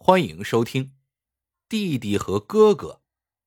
欢迎收听弟弟和哥哥。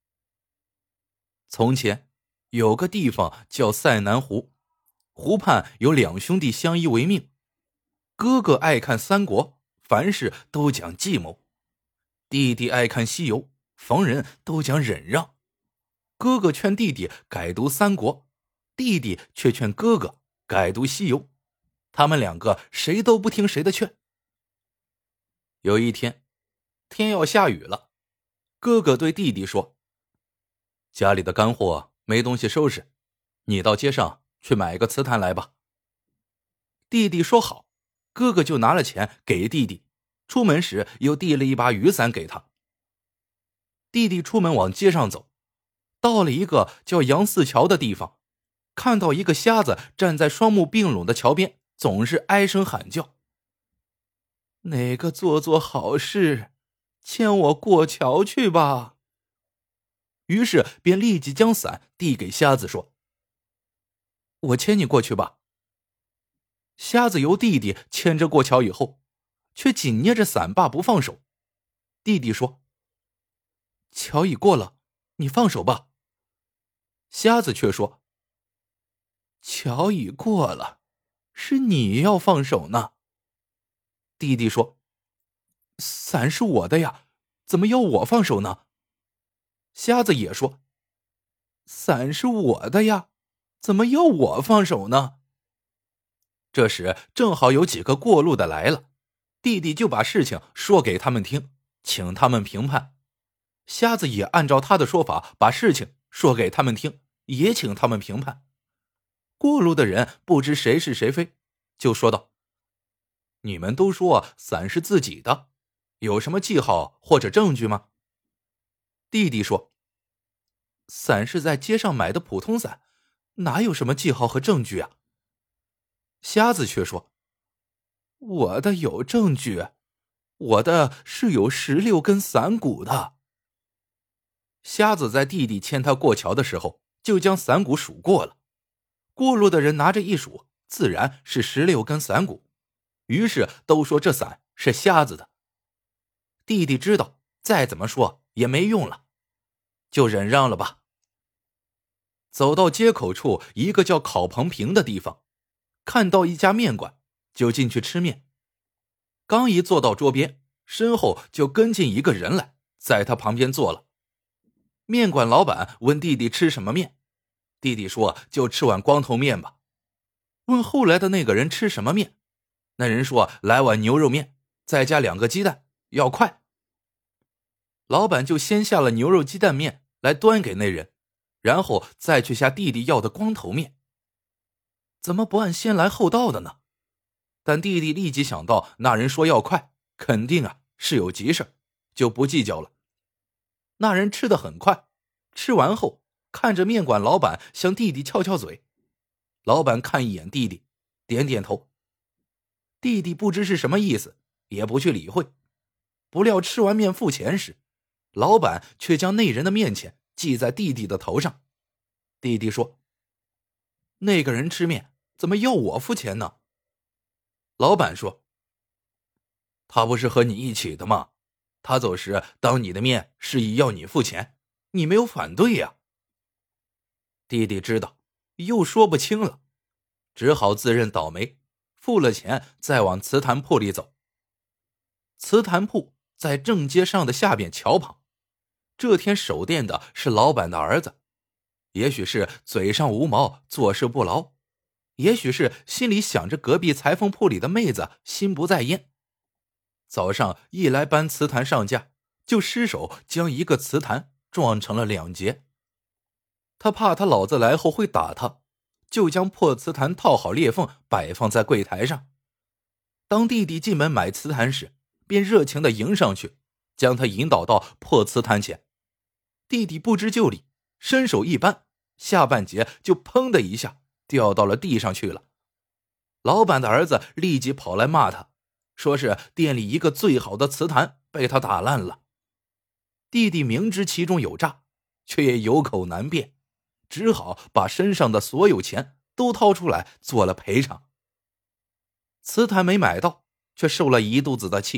从前有个地方叫塞南湖，湖畔有两兄弟相依为命。哥哥爱看三国，凡事都讲计谋；弟弟爱看西游，逢人都讲忍让。哥哥劝弟弟改读三国，弟弟却劝哥哥改读西游。他们两个谁都不听谁的劝。有一天，天要下雨了，哥哥对弟弟说：家里的干货没东西收拾，你到街上去买个瓷坛来吧。弟弟说好，哥哥就拿了钱给弟弟，出门时又递了一把雨伞给他。弟弟出门往街上走，到了一个叫杨四桥的地方，看到一个瞎子站在双目并拢的桥边，总是唉声喊叫：哪个做好事，牵我过桥去吧。于是便立即将伞递给瞎子，说：我牵你过去吧。瞎子由弟弟牵着过桥以后，却紧捏着伞把不放手。弟弟说：桥已过了，你放手吧。瞎子却说：桥已过了，是你要放手呢。弟弟说：伞是我的呀，怎么要我放手呢？瞎子也说：伞是我的呀，怎么要我放手呢？这时正好有几个过路的来了，弟弟就把事情说给他们听，请他们评判。瞎子也按照他的说法把事情说给他们听，也请他们评判。过路的人不知谁是谁非，就说道：你们都说伞是自己的，有什么记号或者证据吗？弟弟说：伞是在街上买的普通伞，哪有什么记号和证据啊？瞎子却说：我的有证据，我的是有16根伞骨的。瞎子在弟弟牵他过桥的时候，就将伞骨数过了。过路的人拿着一数，自然是16根伞骨，于是都说这伞是瞎子的。弟弟知道再怎么说也没用了，就忍让了吧。走到街口处一个叫烤棚坪的地方，看到一家面馆，就进去吃面。刚一坐到桌边，身后就跟进一个人来，在他旁边坐了。面馆老板问弟弟吃什么面，弟弟说就吃碗光头面吧。问后来的那个人吃什么面，那人说来碗牛肉面，再加2个鸡蛋，要快。老板就先下了牛肉鸡蛋面来端给那人，然后再去下弟弟要的光头面。怎么不按先来后到的呢？但弟弟立即想到那人说要快，肯定是有急事，就不计较了。那人吃得很快，吃完后看着面馆老板向弟弟翘翘嘴。老板看一眼弟弟，点点头。弟弟不知是什么意思，也不去理会。不料吃完面付钱时，老板却将那人的面钱记在弟弟的头上。弟弟说：那个人吃面怎么要我付钱呢？老板说：他不是和你一起的吗？他走时当你的面示意要你付钱，你没有反对呀。弟弟知道又说不清了，只好自认倒霉，付了钱再往瓷坛铺里走。瓷坛铺在正街上的下边桥旁，这天守店的是老板的儿子，也许是嘴上无毛做事不牢，也许是心里想着隔壁裁缝铺里的妹子心不在焉。早上一来搬瓷坛上架，就失手将一个瓷坛撞成了2截。他怕他老子来后会打他，就将破瓷坛套好裂缝摆放在柜台上。当弟弟进门买瓷坛时，便热情地迎上去，将他引导到破瓷坛前。弟弟不知就里，伸手一扳，下半截就砰的一下掉到了地上去了。老板的儿子立即跑来骂他，说是店里一个最好的瓷坛被他打烂了。弟弟明知其中有诈，却也有口难辩，只好把身上的所有钱都掏出来做了赔偿。瓷坛没买到，却受了一肚子的气，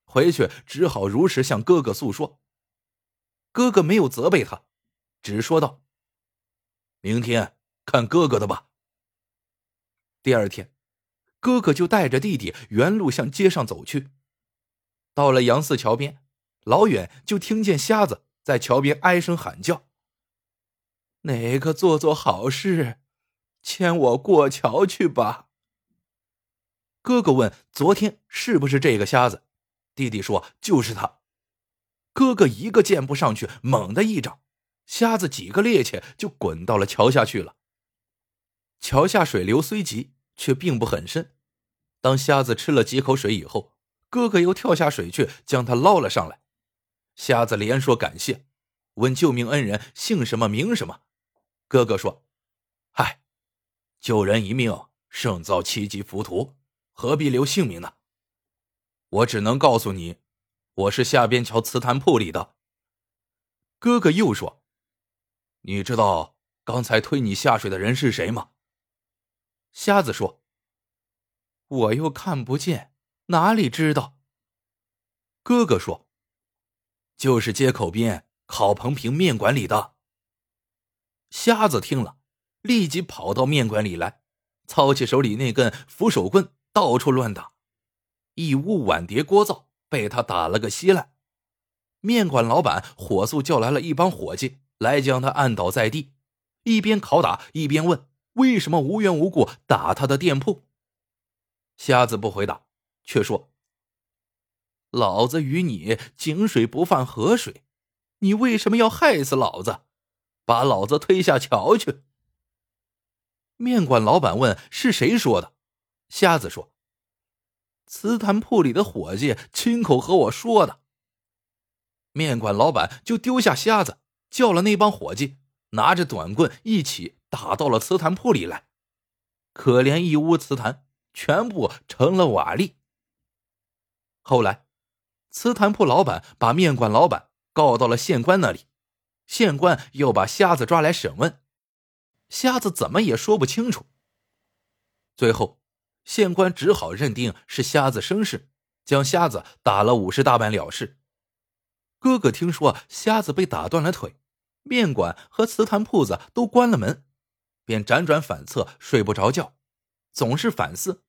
回去只好如实向哥哥诉说。哥哥没有责备他，只说道：明天看哥哥的吧。第二天，哥哥就带着弟弟原路向街上走去。到了杨寺桥边，老远就听见瞎子在桥边哀声喊叫：哪个做好事，牵我过桥去吧。哥哥问昨天是不是这个瞎子，弟弟说就是他。哥哥一个箭步上去，猛地一掌，瞎子几个趔趄就滚到了桥下去了。桥下水流虽急，却并不很深。当瞎子吃了几口水以后，哥哥又跳下水去将他捞了上来。瞎子连说感谢，问救命恩人姓什么名什么。哥哥说：嗨，救人一命胜造7级浮屠，何必留性命呢？我只能告诉你，我是下边桥瓷坛铺里的。哥哥又说：你知道刚才推你下水的人是谁吗？瞎子说：我又看不见，哪里知道？哥哥说：就是街口边烤棚坪面馆里的。瞎子听了，立即跑到面馆里来，操起手里那根扶手棍，到处乱打。一屋碗碟锅灶被他打了个稀烂。面馆老板火速叫来了一帮伙计来将他按倒在地，一边拷打一边问为什么无缘无故打他的店铺。瞎子不回答，却说：老子与你井水不犯河水，你为什么要害死老子，把老子推下桥去？面馆老板问是谁说的，瞎子说：瓷坛铺里的伙计亲口和我说的。面馆老板就丢下瞎子，叫了那帮伙计，拿着短棍一起打到了瓷坛铺里来。可怜一屋瓷坛全部成了瓦砾。后来瓷坛铺老板把面馆老板告到了县官那里，县官又把瞎子抓来审问，瞎子怎么也说不清楚。最后县官只好认定是瞎子生事，将瞎子打了50大板了事。哥哥听说瞎子被打断了腿，面馆和瓷坛铺子都关了门，便辗转反侧，睡不着觉，总是反思：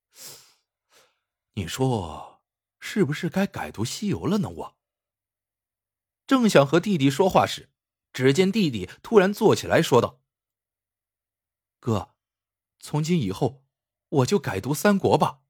你说是不是该改读西游了呢？我正想和弟弟说话时，只见弟弟突然坐起来说道：哥，从今以后我就改读三国吧。